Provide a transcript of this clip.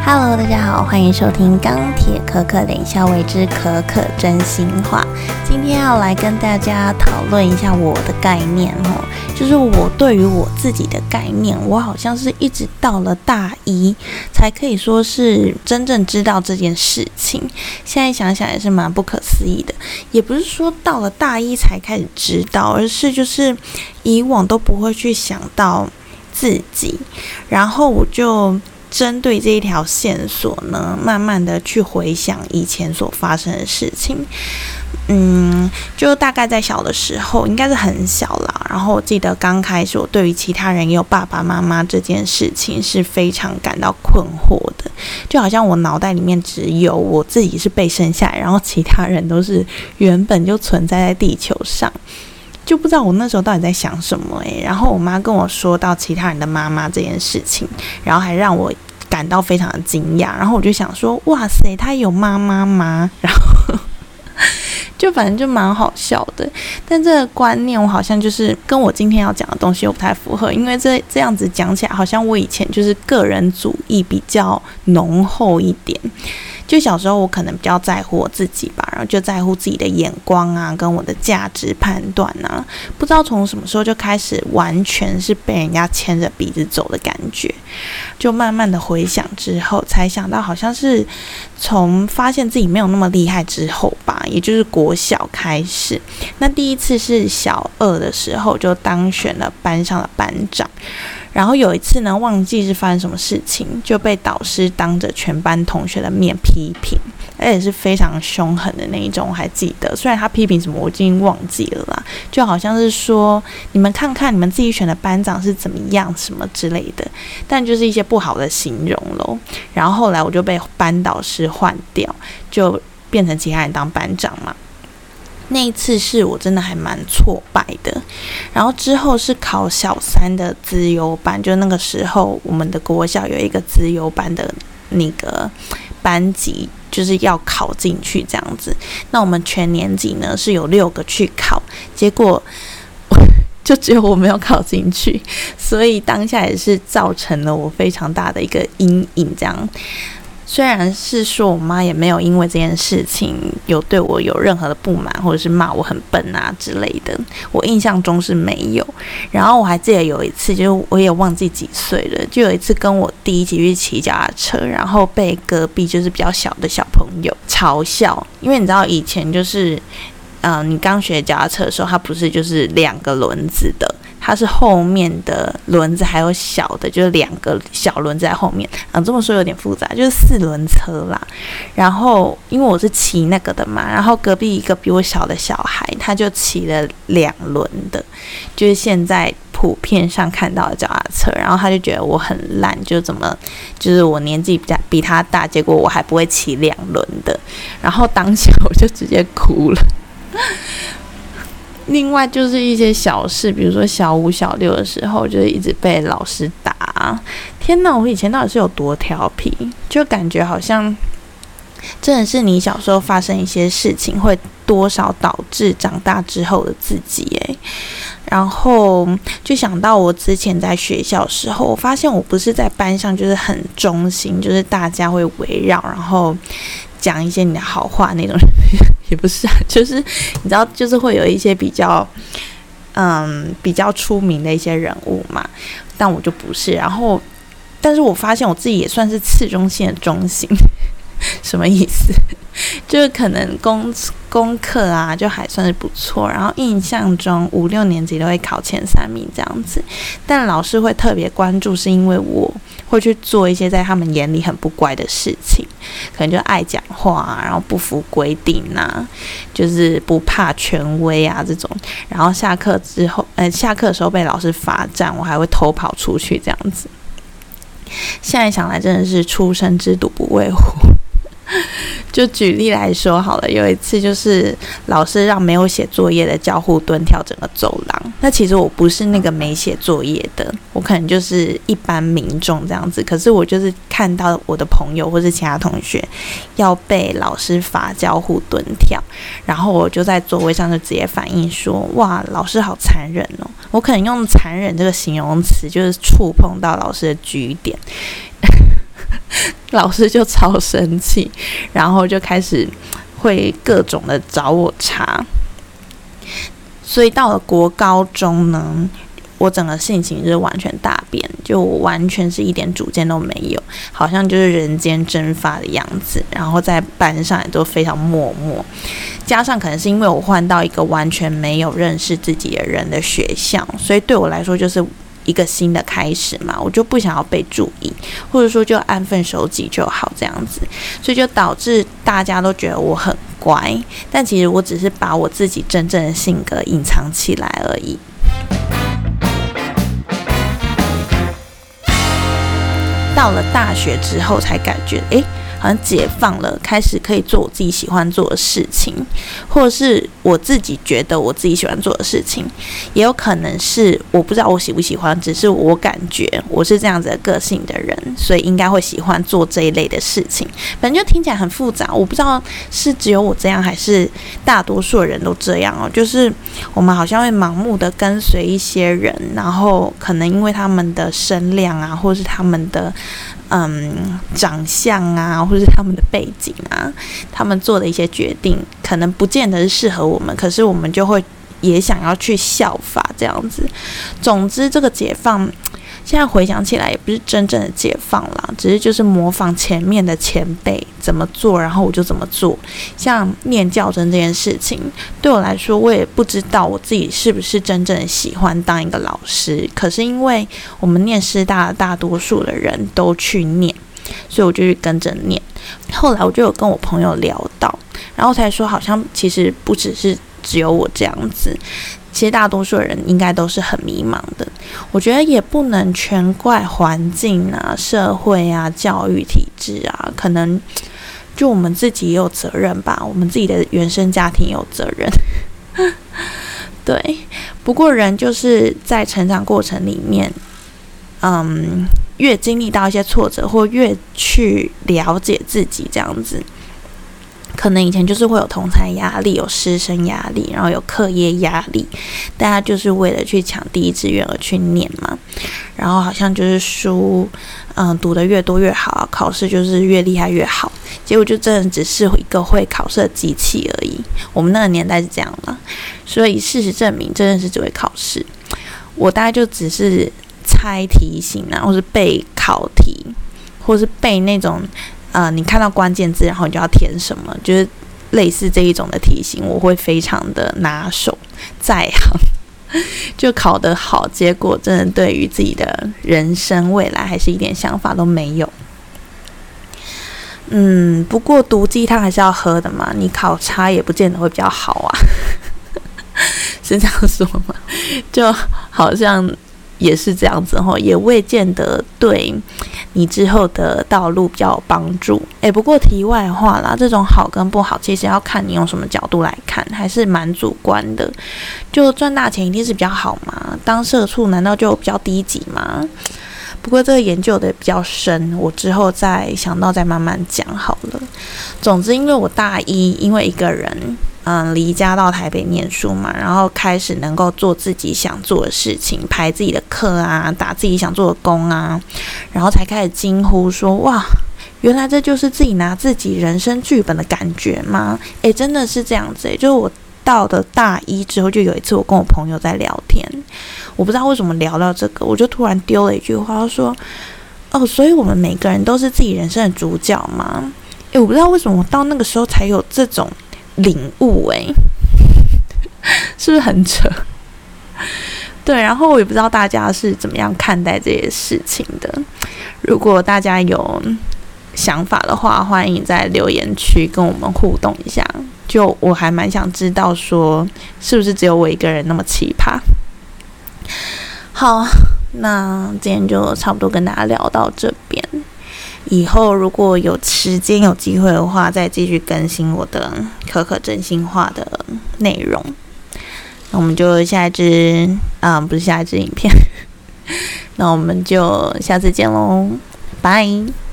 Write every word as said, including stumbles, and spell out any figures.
Hello， 大家好，欢迎收听钢铁可可冷笑为之可可真心话。今天要来跟大家讨论一下我的概念哦，就是我对于我自己的概念，我好像是一直到了大一才可以说是真正知道这件事情。现在想想也是蛮不可思议的，也不是说到了大一才开始知道，而是就是以往都不会去想到自己，然后我就针对这一条线索呢，慢慢的去回想以前所发生的事情。嗯，就大概在小的时候，应该是很小啦。然后我记得刚开始，我对于其他人也有爸爸妈妈这件事情是非常感到困惑的，就好像我脑袋里面只有我自己是被生下来，然后其他人都是原本就存在在地球上。就不知道我那时候到底在想什么诶、欸，然后我妈跟我说到其他人的妈妈这件事情，然后还让我感到非常的惊讶，然后我就想说，哇塞，她有妈妈吗？然后就反正就蛮好笑的，但这个观念我好像就是跟我今天要讲的东西又不太符合，因为这这样子讲起来，好像我以前就是个人主义比较浓厚一点。就小时候我可能比较在乎我自己吧，然后就在乎自己的眼光啊，跟我的价值判断啊，不知道从什么时候就开始完全是被人家牵着鼻子走的感觉。就慢慢的回想之后，才想到好像是从发现自己没有那么厉害之后吧，也就是国小开始。那第一次是小二的时候就当选了班上的班长。然后有一次呢，忘记是发生什么事情，就被导师当着全班同学的面批评，而且是非常凶狠的那一种，我还记得。虽然他批评什么我已经忘记了啦，就好像是说你们看看你们自己选的班长是怎么样什么之类的，但就是一些不好的形容咯。然后后来我就被班导师换掉，就变成其他人当班长嘛。那一次是我真的还蛮挫败的，然后之后是考小三的资优班，就那个时候我们的国小有一个资优班的那个班级，就是要考进去这样子。那我们全年级呢是有六个去考，结果就只有我没有考进去，所以当下也是造成了我非常大的一个阴影这样。虽然是说我妈也没有因为这件事情有对我有任何的不满，或者是骂我很笨啊之类的，我印象中是没有。然后我还记得有一次，就是我也忘记几岁了，就有一次跟我弟一起去骑脚踏车，然后被隔壁就是比较小的小朋友嘲笑，因为你知道以前就是嗯、呃，你刚学脚踏车的时候，它不是就是两个轮子的，它是后面的轮子还有小的，就是两个小轮子在后面。啊，这么说有点复杂，就是四轮车啦。然后因为我是骑那个的嘛，然后隔壁一个比我小的小孩，他就骑了两轮的，就是现在普遍上看到的脚踏车。然后他就觉得我很烂，就怎么就是我年纪比较比他大，结果我还不会骑两轮的。然后当下我就直接哭了。另外就是一些小事，比如说小五小六的时候就是一直被老师打，天哪，我以前到底是有多调皮，就感觉好像真的是你小时候发生一些事情会多少导致长大之后的自己耶。然后就想到我之前在学校的时候，我发现我不是在班上就是很中心，就是大家会围绕然后讲一些你的好话那种人，也不是啊，就是你知道，就是会有一些比较嗯比较出名的一些人物嘛，但我就不是。然后但是我发现我自己也算是次中心的中心。什么意思？就是可能功功课啊，就还算是不错，然后印象中五六年级都会考前三名这样子。但老师会特别关注，是因为我会去做一些在他们眼里很不乖的事情，可能就爱讲话啊，然后不服规定啊，就是不怕权威啊这种。然后下课之后，呃，下课的时候被老师罚站，我还会偷跑出去这样子。现在想来，真的是初生之犊不畏虎。就举例来说好了，有一次就是老师让没有写作业的交互蹲跳整个走廊，那其实我不是那个没写作业的，我可能就是一般民众这样子，可是我就是看到我的朋友或是其他同学要被老师罚交互蹲跳，然后我就在座位上就直接反映说，哇，老师好残忍哦，我可能用残忍这个形容词就是触碰到老师的据点。 老师就超生气，然后就开始会各种的找我茬。所以到了国高中呢，我整个性情就是完全大变，就我完全是一点主见都没有，好像就是人间蒸发的样子。然后在班上也都非常默默，加上可能是因为我换到一个完全没有认识自己的人的学校，所以对我来说就是一个新的开始嘛，我就不想要被注意，或者说就安分守己就好这样子，所以就导致大家都觉得我很乖，但其实我只是把我自己真正的性格隐藏起来而已。到了大学之后才感觉，诶，好像解放了，开始可以做我自己喜欢做的事情，或者是我自己觉得我自己喜欢做的事情，也有可能是我不知道我喜不喜欢，只是我感觉我是这样子的个性的人，所以应该会喜欢做这一类的事情。反正就听起来很复杂，我不知道是只有我这样，还是大多数人都这样哦。就是我们好像会盲目的跟随一些人，然后可能因为他们的声量啊，或是他们的嗯，长相啊，或是他们的背景啊，他们做的一些决定，可能不见得是适合我们，可是我们就会也想要去效法这样子。总之，这个解放现在回想起来也不是真正的解放啦，只是就是模仿前面的前辈怎么做，然后我就怎么做。像念教甄这件事情，对我来说，我也不知道我自己是不是真正的喜欢当一个老师。可是因为我们念师大的大多数的人都去念，所以我就去跟着念。后来我就有跟我朋友聊到，然后才说好像其实不只是只有我这样子。其实大多数人应该都是很迷茫的，我觉得也不能全怪环境啊、社会啊、教育体制啊，可能就我们自己也有责任吧，我们自己的原生家庭也有责任。对，不过人就是在成长过程里面，嗯，越经历到一些挫折，或越去了解自己这样子。可能以前就是会有同侪压力，有师生压力，然后有课业压力，大家就是为了去抢第一志愿而去念嘛，然后好像就是书，嗯，读得越多越好，考试就是越厉害越好，结果就真的只是一个会考试的机器而已。我们那个年代是这样啦，所以事实证明真的是只会考试。我大概就只是猜题型啊，或是背考题，或是背那种。呃，你看到关键字，然后你就要填什么，就是类似这一种的题型，我会非常的拿手在行，就考得好，结果真的对于自己的人生未来还是一点想法都没有。嗯，不过毒鸡汤还是要喝的嘛，你考差也不见得会比较好啊，是这样说吗？就好像。也是这样子吼，也未见得对你之后的道路比较有帮助。诶，不过题外话啦，这种好跟不好，其实要看你用什么角度来看，还是蛮主观的。就赚大钱一定是比较好吗？当社畜难道就比较低级吗？不过这个研究的比较深，我之后再想到再慢慢讲好了。总之，因为我大一因为一个人。嗯，离家到台北念书嘛，然后开始能够做自己想做的事情，排自己的课啊，打自己想做的工啊，然后才开始惊呼说：“哇，原来这就是自己拿自己人生剧本的感觉吗？”诶，真的是这样子诶，就是我到了大一之后，就有一次我跟我朋友在聊天，我不知道为什么聊到这个，我就突然丢了一句话，说：“哦，所以我们每个人都是自己人生的主角吗？”诶，我不知道为什么我到那个时候才有这种。领悟诶、欸，是不是很扯？对，然后我也不知道大家是怎么样看待这些事情的。如果大家有想法的话，欢迎在留言区跟我们互动一下。就我还蛮想知道说，是不是只有我一个人那么奇葩？好，那今天就差不多跟大家聊到这边。以后如果有时间有机会的话，再继续更新我的可可真心话的内容。那我们就下一支，嗯，不是下一支影片，那我们就下次见喽，拜。